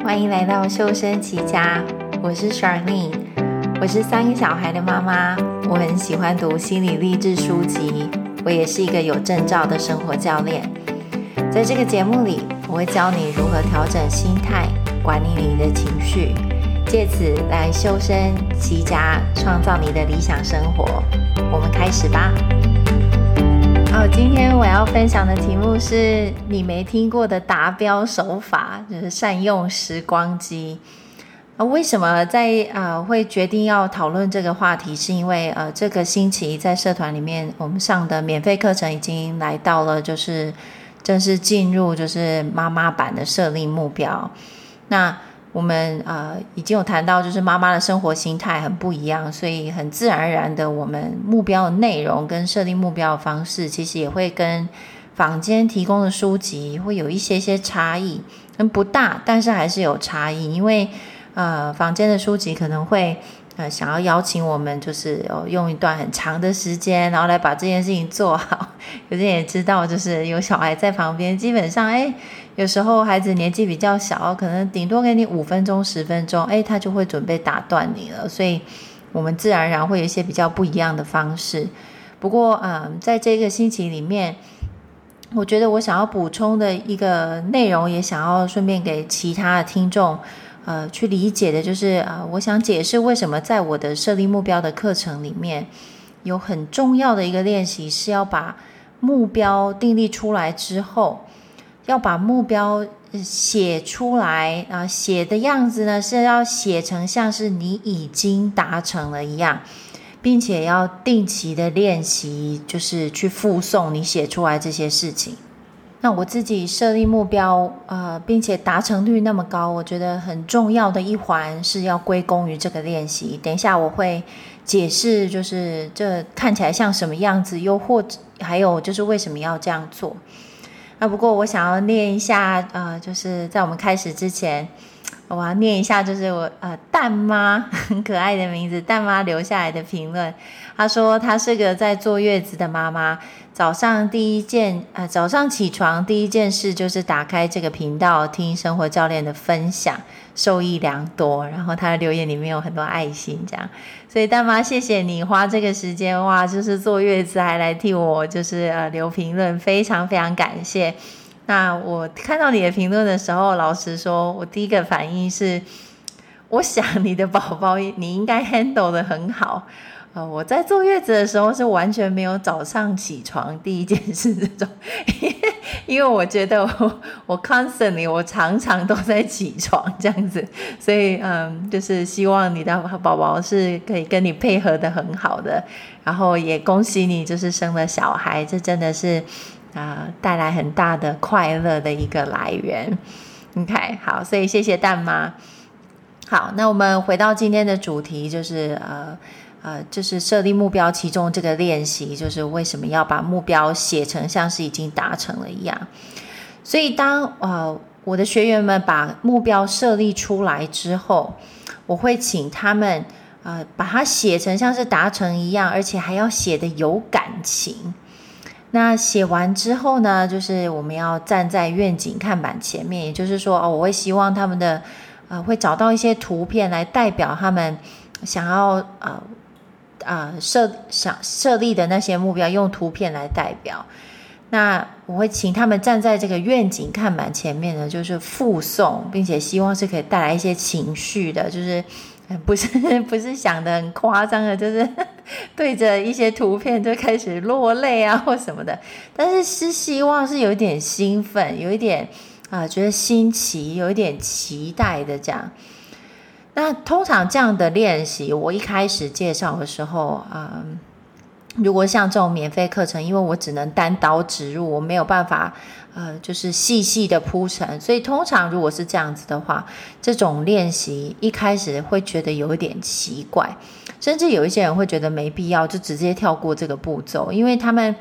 欢迎来到修身齐家，我是 Charlene， 我是3个小孩的妈妈，我很喜欢读心理励志书籍，我也是一个有证照的生活教练。在这个节目里，我会教你如何调整心态，管理你的情绪，借此来修身齐家，创造你的理想生活。我们开始吧。今天我要分享的题目是你没听过的达标手法，就是善用时光机。为什么会决定要讨论这个话题，是因为这个星期在社团里面我们上的免费课程已经来到了就是正式进入就是妈妈版的设立目标。那我们已经有谈到就是妈妈的生活心态很不一样，所以很自然而然的我们目标的内容跟设定目标的方式其实也会跟坊间提供的书籍会有一些差异，不大，但是还是有差异。因为坊间的书籍可能会想要邀请我们就是用一段很长的时间然后来把这件事情做好。有些人也知道就是有小孩在旁边，基本上有时候孩子年纪比较小，可能顶多给你5分钟10分钟，他就会准备打断你了。所以我们自然而然会有一些比较不一样的方式。不过在这个星期里面，我觉得我想要补充的一个内容，也想要顺便给其他的听众去理解的，就是我想解释为什么在我的设立目标的课程里面，有很重要的一个练习是要把目标订立出来之后，要把目标写出来写的样子呢是要写成像是你已经达成了一样，并且要定期的练习，就是去复诵你写出来这些事情。那我自己设立目标并且达成率那么高，我觉得很重要的一环是要归功于这个练习。等一下我会解释就是这看起来像什么样子，又或者还有就是为什么要这样做。不过我想要念一下就是在我们开始之前，我要念一下就是我蛋妈很可爱的名字，蛋妈留下来的评论。她说她是个在坐月子的妈妈，早上起床第一件事就是打开这个频道听生活教练的分享，受益良多。然后她的留言里面有很多爱心这样，所以蛋妈谢谢你花这个时间，哇，就是坐月子还来替我就是留评论，非常非常感谢。那我看到你的评论的时候，老实说我第一个反应是，我想你的宝宝你应该 handle 得很好。我在坐月子的时候是完全没有早上起床第一件事这种因为我觉得我 constantly 我常常都在起床这样子，所以就是希望你的宝宝是可以跟你配合的很好的，然后也恭喜你就是生了小孩，这真的是带来很大的快乐的一个来源。OK， 好，所以谢谢蛋妈。好，那我们回到今天的主题，就是就是设立目标其中这个练习，就是为什么要把目标写成像是已经达成了一样。所以当我的学员们把目标设立出来之后，我会请他们把它写成像是达成一样，而且还要写得有感情。那写完之后呢，就是我们要站在愿景看板前面，也就是说我会希望他们的会找到一些图片来代表他们想要设立的那些目标，用图片来代表。那我会请他们站在这个愿景看板前面呢，就是附送，并且希望是可以带来一些情绪的，就是不是想得很夸张的，就是对着一些图片就开始落泪或什么的，但是希望是有一点兴奋，有一点觉得新奇，有一点期待的这样。那通常这样的练习，我一开始介绍的时候如果像这种免费课程，因为我只能单刀直入，我没有办法就是细细的铺陈，所以通常如果是这样子的话，这种练习一开始会觉得有一点奇怪，甚至有一些人会觉得没必要，就直接跳过这个步骤，因为他们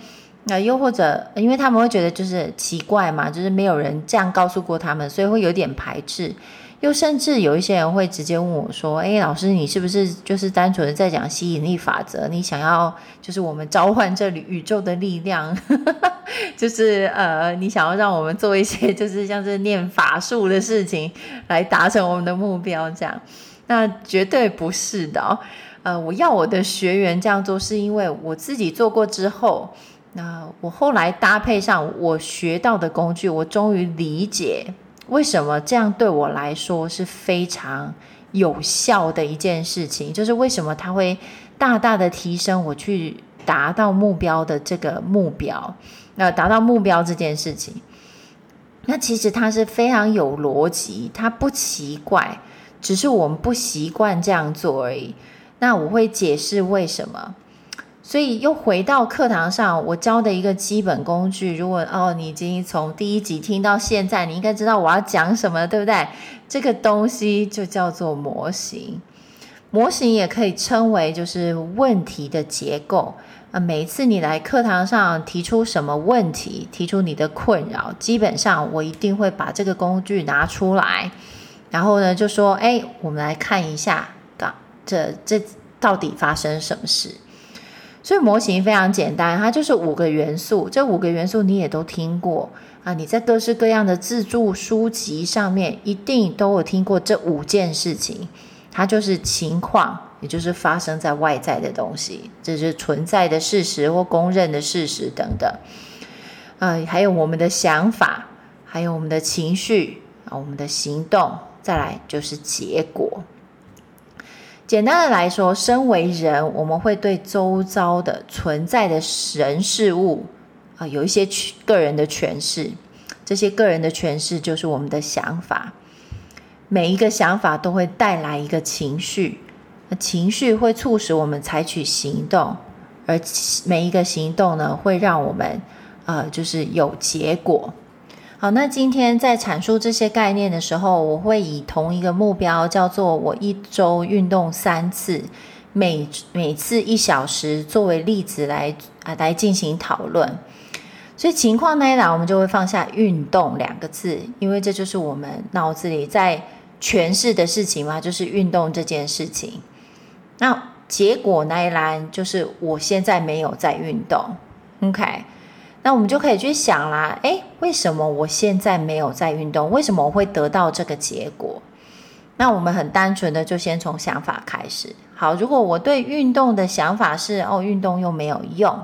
那又或者因为他们会觉得就是奇怪嘛，就是没有人这样告诉过他们，所以会有点排斥。又甚至有一些人会直接问我说，老师你是不是就是单纯的在讲吸引力法则，你想要就是我们召唤这里宇宙的力量就是你想要让我们做一些就是像是念法术的事情来达成我们的目标这样。那绝对不是的我要我的学员这样做是因为我自己做过之后，那我后来搭配上我学到的工具，我终于理解为什么这样对我来说是非常有效的一件事情，就是为什么它会大大的提升我去达到目标的这个目标，达到目标这件事情。那其实它是非常有逻辑，它不奇怪，只是我们不习惯这样做而已。那我会解释为什么。所以又回到课堂上我教的一个基本工具，如果你已经从第一集听到现在，你应该知道我要讲什么，对不对？这个东西就叫做模型。模型也可以称为就是问题的结构。每一次你来课堂上提出什么问题，提出你的困扰，基本上我一定会把这个工具拿出来，然后呢就说我们来看一下这到底发生什么事。所以模型非常简单，它就是5个元素，这5个元素你也都听过你在各式各样的自助书籍上面一定都有听过这5件事情。它就是情况，也就是发生在外在的东西，这是存在的事实或公认的事实等等还有我们的想法，还有我们的情绪我们的行动，再来就是结果。简单的来说，身为人，我们会对周遭的存在的人事物有一些个人的诠释，这些个人的诠释就是我们的想法。每一个想法都会带来一个情绪，情绪会促使我们采取行动，而每一个行动呢，会让我们就是有结果。好，那今天在阐述这些概念的时候，我会以同一个目标，叫做我1周运动3次，每次1小时作为例子来进行讨论。所以情况那一栏我们就会放下运动2个字，因为这就是我们脑子里在诠释的事情嘛，就是运动这件事情。那结果那一栏就是我现在没有在运动 OK，那我们就可以去想啦，为什么我现在没有在运动？为什么我会得到这个结果？那我们很单纯的就先从想法开始。好，如果我对运动的想法是运动又没有用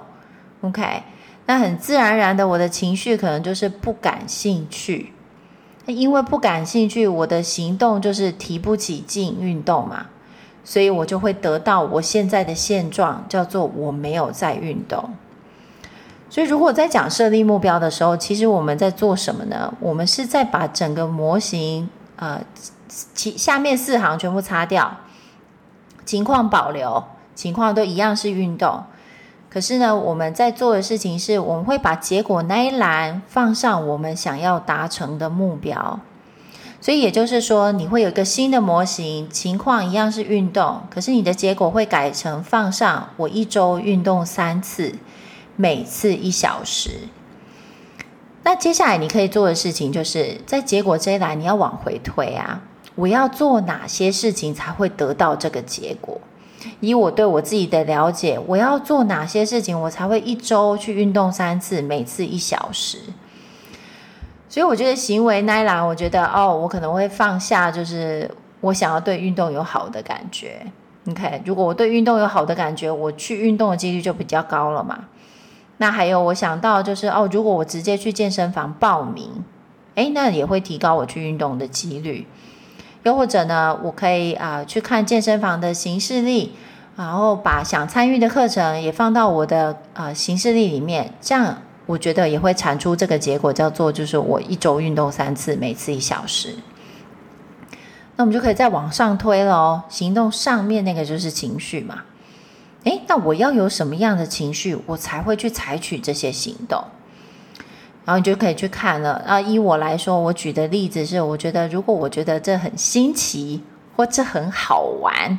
OK， 那很自然而然的我的情绪可能就是不感兴趣。因为不感兴趣，我的行动就是提不起劲运动嘛，所以我就会得到我现在的现状，叫做我没有在运动。所以如果在讲设立目标的时候，其实我们在做什么呢？我们是在把整个模型下面4行全部擦掉，情况保留，情况都一样是运动。可是呢，我们在做的事情是，我们会把结果那一栏放上我们想要达成的目标。所以也就是说，你会有一个新的模型，情况一样是运动，可是你的结果会改成放上我1周运动3次，每次1小时。那接下来你可以做的事情就是在结果这一栏你要往回推我要做哪些事情才会得到这个结果？以我对我自己的了解，我要做哪些事情我才会1周去运动3次，每次1小时？所以我觉得行为那一栏，我觉得我可能会放下就是我想要对运动有好的感觉 OK， 如果我对运动有好的感觉，我去运动的几率就比较高了嘛。那还有我想到就是如果我直接去健身房报名那也会提高我去运动的几率。又或者呢，我可以去看健身房的行事历，然后把想参与的课程也放到我的行事历里面，这样我觉得也会产出这个结果，叫做就是我1周运动3次，每次1小时。那我们就可以再往上推了行动上面那个就是情绪嘛。那我要有什么样的情绪，我才会去采取这些行动？然后你就可以去看了。以我来说，我举的例子是，我觉得如果我觉得这很新奇或这很好玩，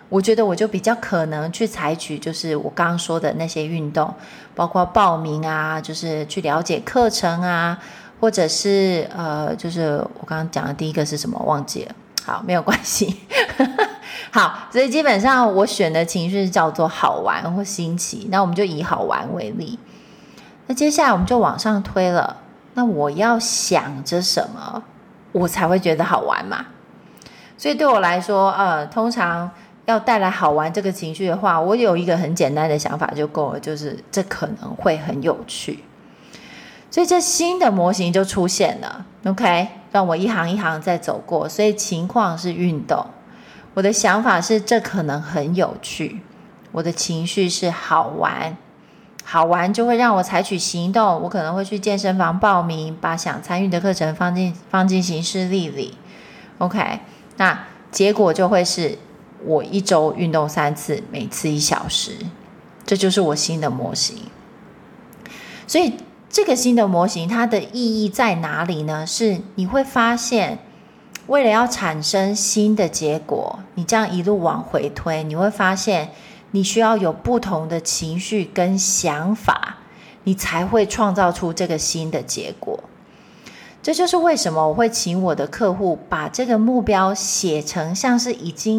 我觉得我就比较可能去采取就是我刚刚说的那些运动，包括报名啊，就是去了解课程啊，或者是就是我刚刚讲的第一个是什么忘记了，好，没有关系好，所以基本上我选的情绪叫做好玩或新奇，那我们就以好玩为例。那接下来我们就往上推了，那我要想着什么我才会觉得好玩嘛？所以对我来说通常要带来好玩这个情绪的话，我有一个很简单的想法就够了，就是这可能会很有趣。所以这新的模型就出现了 OK， 让我一行一行再走过。所以情况是运动，我的想法是这可能很有趣，我的情绪是好玩，好玩就会让我采取行动，我可能会去健身房报名，把想参与的课程放进行事历里 OK， 那结果就会是我一周运动3次，每次1小时，这就是我新的模型。所以这个新的模型它的意义在哪里呢？是你会发现为了要产生新的结果，你这样一路往回推，你会发现你需要有不同的情绪跟想法，你才会创造出这个新的结果。这就是为什么我会请我的客户把这个目标写成像是已经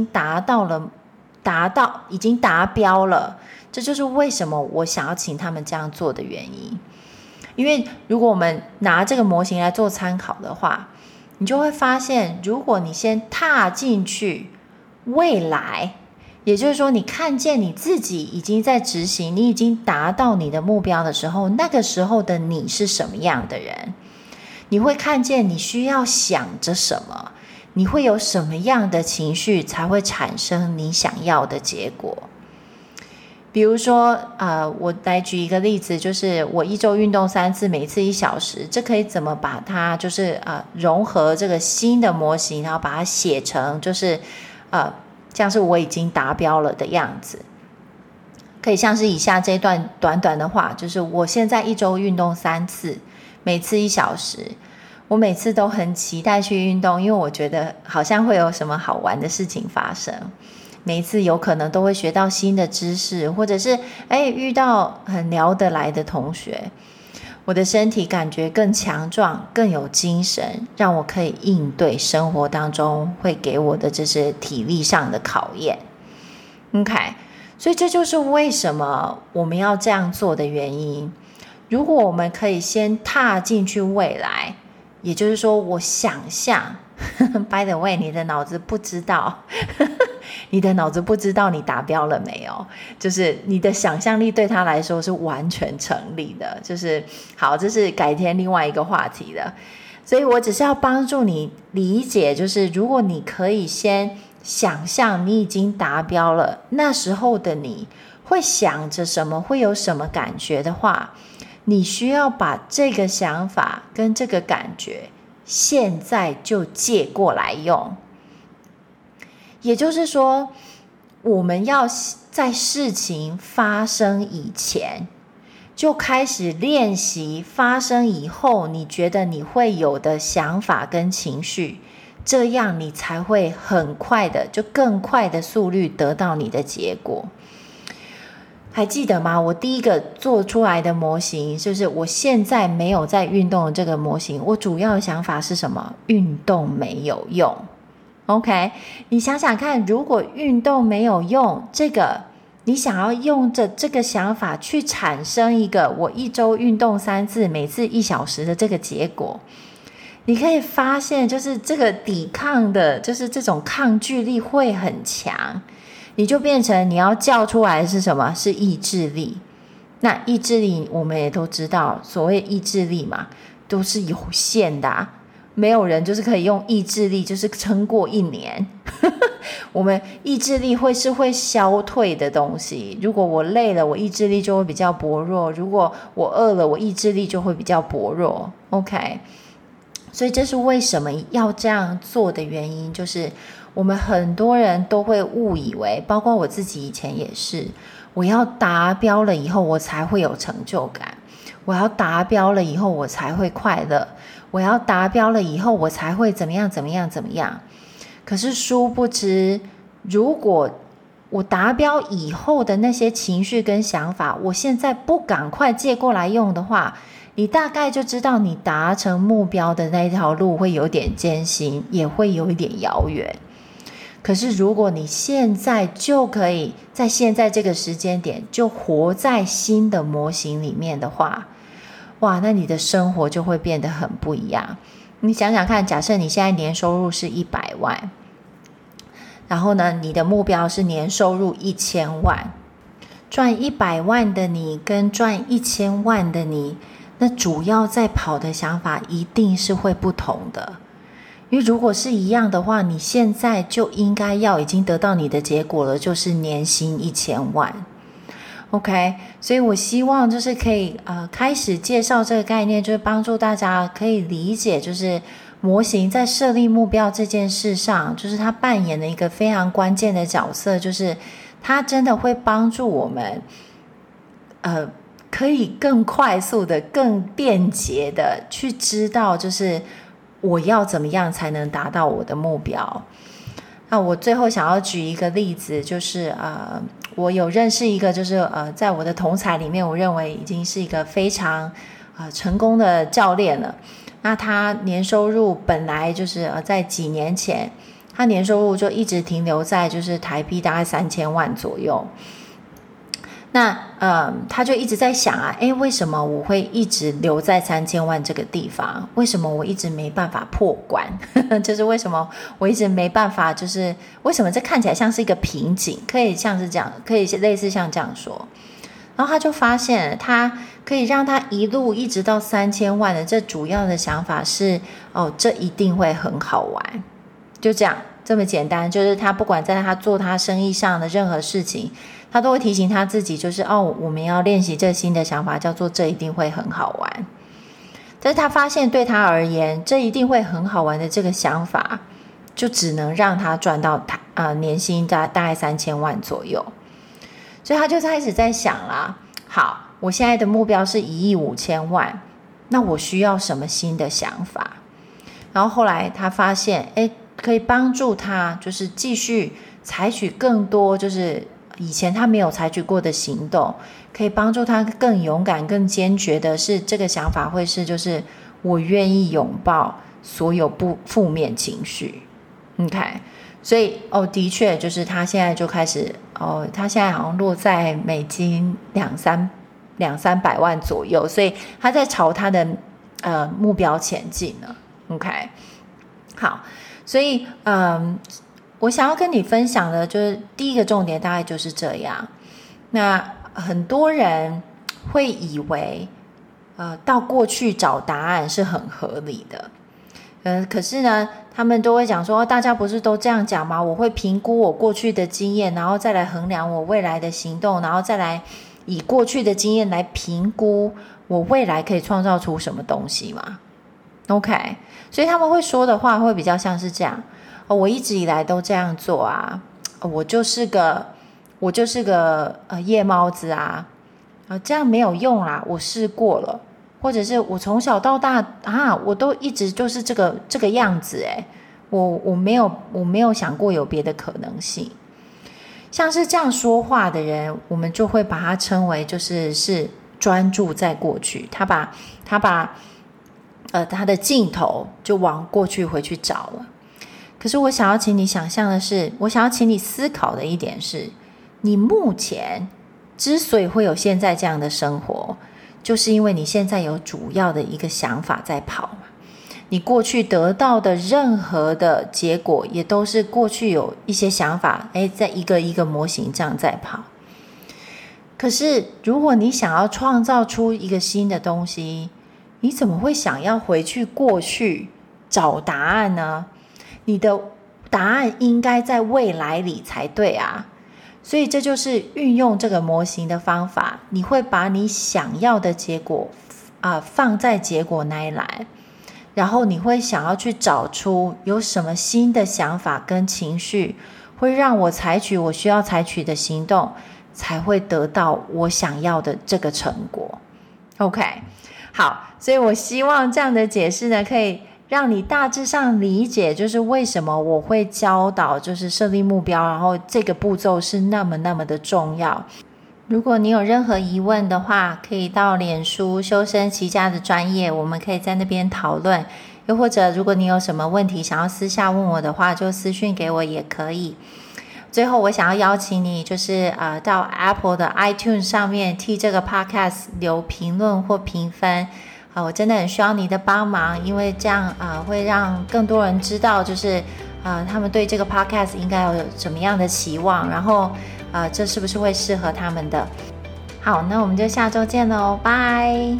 已经达标了，这就是为什么我想要请他们这样做的原因。因为如果我们拿这个模型来做参考的话，你就会发现如果你先踏进去未来，也就是说你看见你自己已经在执行，你已经达到你的目标的时候，那个时候的你是什么样的人，你会看见你需要想着什么，你会有什么样的情绪才会产生你想要的结果。比如说我来举一个例子，就是我一周运动3次，每次1小时，这可以怎么把它就是融合这个新的模型，然后把它写成就是像是我已经达标了的样子。可以像是以下这一段短短的话，就是我现在一周运动3次，每次1小时，我每次都很期待去运动，因为我觉得好像会有什么好玩的事情发生，每一次有可能都会学到新的知识，或者是遇到很聊得来的同学，我的身体感觉更强壮，更有精神，让我可以应对生活当中会给我的这些体力上的考验 OK， 所以这就是为什么我们要这样做的原因。如果我们可以先踏进去未来，也就是说我想象by the way， 你的脑子不知道你的脑子不知道你达标了没有，就是你的想象力对他来说是完全成立的，就是好，这是改天另外一个话题了。所以我只是要帮助你理解，就是如果你可以先想象你已经达标了，那时候的你会想着什么，会有什么感觉的话，你需要把这个想法跟这个感觉现在就借过来用。也就是说，我们要在事情发生以前就开始练习发生以后你觉得你会有的想法跟情绪，这样你才会很快的，就更快的速率得到你的结果。还记得吗？我第一个做出来的模型，就是我现在没有在运动的这个模型，我主要的想法是什么？运动没有用。OK， 你想想看，如果运动没有用，这个你想要用着这个想法去产生一个我一周运动3次，每次1小时的这个结果，你可以发现就是这个抵抗的，就是这种抗拒力会很强，你就变成你要叫出来的是什么？是意志力。那意志力我们也都知道，所谓意志力嘛，都是有限的没有人就是可以用意志力就是撑过1年我们意志力会消退的东西，如果我累了，我意志力就会比较薄弱，如果我饿了，我意志力就会比较薄弱 OK， 所以这是为什么要这样做的原因，就是我们很多人都会误以为，包括我自己以前也是，我要达标了以后我才会有成就感，我要达标了以后我才会快乐，我要达标了以后我才会怎么样怎么样怎么样。可是殊不知，如果我达标以后的那些情绪跟想法，我现在不赶快借过来用的话，你大概就知道你达成目标的那条路会有点艰辛，也会有一点遥远。可是如果你现在就可以在现在这个时间点就活在新的模型里面的话，哇，那你的生活就会变得很不一样。你想想看，假设你现在年收入是100万，然后呢，你的目标是年收入1000万，赚100万的你跟赚1000万的你，那主要在跑的想法一定是会不同的。因为如果是一样的话，你现在就应该要已经得到你的结果了，就是年薪1000万。OK， 所以我希望就是可以开始介绍这个概念，就是帮助大家可以理解，就是模型在设立目标这件事上，就是它扮演了一个非常关键的角色，就是它真的会帮助我们可以更快速的、更便捷的去知道，就是我要怎么样才能达到我的目标。那我最后想要举一个例子，就是我有认识一个，就是在我的同侪里面，我认为已经是一个非常成功的教练了。那他年收入本来就是在几年前，他年收入就一直停留在就是台币大概3000万左右。那他就一直在想为什么我会一直留在3000万这个地方？为什么我一直没办法破关？就是为什么我一直没办法？就是为什么这看起来像是一个瓶颈？可以像是这样，可以类似像这样说。然后他就发现，他可以让他一路一直到3000万的，这主要的想法是这一定会很好玩，就这么简单。就是他不管在他做他生意上的任何事情，他都会提醒他自己，就是我们要练习这新的想法，叫做这一定会很好玩。但是他发现对他而言，这一定会很好玩的这个想法，就只能让他赚到年薪大概3000万左右。所以他就开始在想啦，好，我现在的目标是15000万，那我需要什么新的想法？然后后来他发现，可以帮助他就是继续采取更多就是以前他没有采取过的行动，可以帮助他更勇敢更坚决的是，这个想法会是就是我愿意拥抱所有负面情绪。OK， 所以的确就是他现在就开始他现在好像落在美金200-300万左右，所以他在朝他的目标前进了。OK， 好，所以我想要跟你分享的就是第一个重点大概就是这样。那很多人会以为到过去找答案是很合理的，可是呢他们都会讲说，大家不是都这样讲吗？我会评估我过去的经验，然后再来衡量我未来的行动，然后再来以过去的经验来评估我未来可以创造出什么东西嘛。 OK， 所以他们会说的话会比较像是这样，我一直以来都这样做啊，我就是个夜猫子啊，这样没有用啦，我试过了。或者是我从小到大我都一直就是这个样子我没有想过有别的可能性。像是这样说话的人，我们就会把他称为是专注在过去，他把他的镜头就往过去回去找了。可是我想要请你想象的是，我想要请你思考的一点是，你目前之所以会有现在这样的生活，就是因为你现在有主要的一个想法在跑嘛。你过去得到的任何的结果，也都是过去有一些想法在一个一个模型这样在跑。可是如果你想要创造出一个新的东西，你怎么会想要回去过去找答案呢？你的答案应该在未来里才对啊。所以这就是运用这个模型的方法，你会把你想要的结果放在结果那一栏，然后你会想要去找出有什么新的想法跟情绪会让我采取我需要采取的行动，才会得到我想要的这个成果。 OK， 好，所以我希望这样的解释呢，可以让你大致上理解就是为什么我会教导就是设立目标，然后这个步骤是那么的重要。如果你有任何疑问的话，可以到脸书修身齐家的专页，我们可以在那边讨论。又或者如果你有什么问题想要私下问我的话，就私讯给我也可以。最后我想要邀请你就是到 Apple 的 iTunes 上面替这个 Podcast 留评论或评分。我真的很需要你的帮忙，因为这样会让更多人知道就是他们对这个 Podcast 应该有什么样的期望，然后这是不是会适合他们的。好，那我们就下周见咯，拜。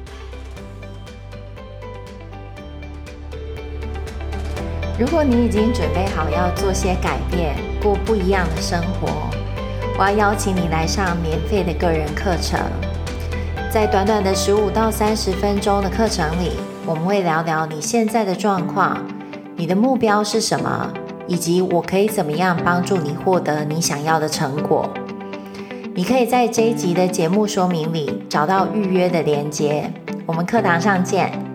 如果你已经准备好要做些改变，过不一样的生活，我要邀请你来上免费的个人课程。在短短的15到30分钟的课程里，我们会聊聊你现在的状况，你的目标是什么，以及我可以怎么样帮助你获得你想要的成果。你可以在这一集的节目说明里找到预约的连结，我们课堂上见。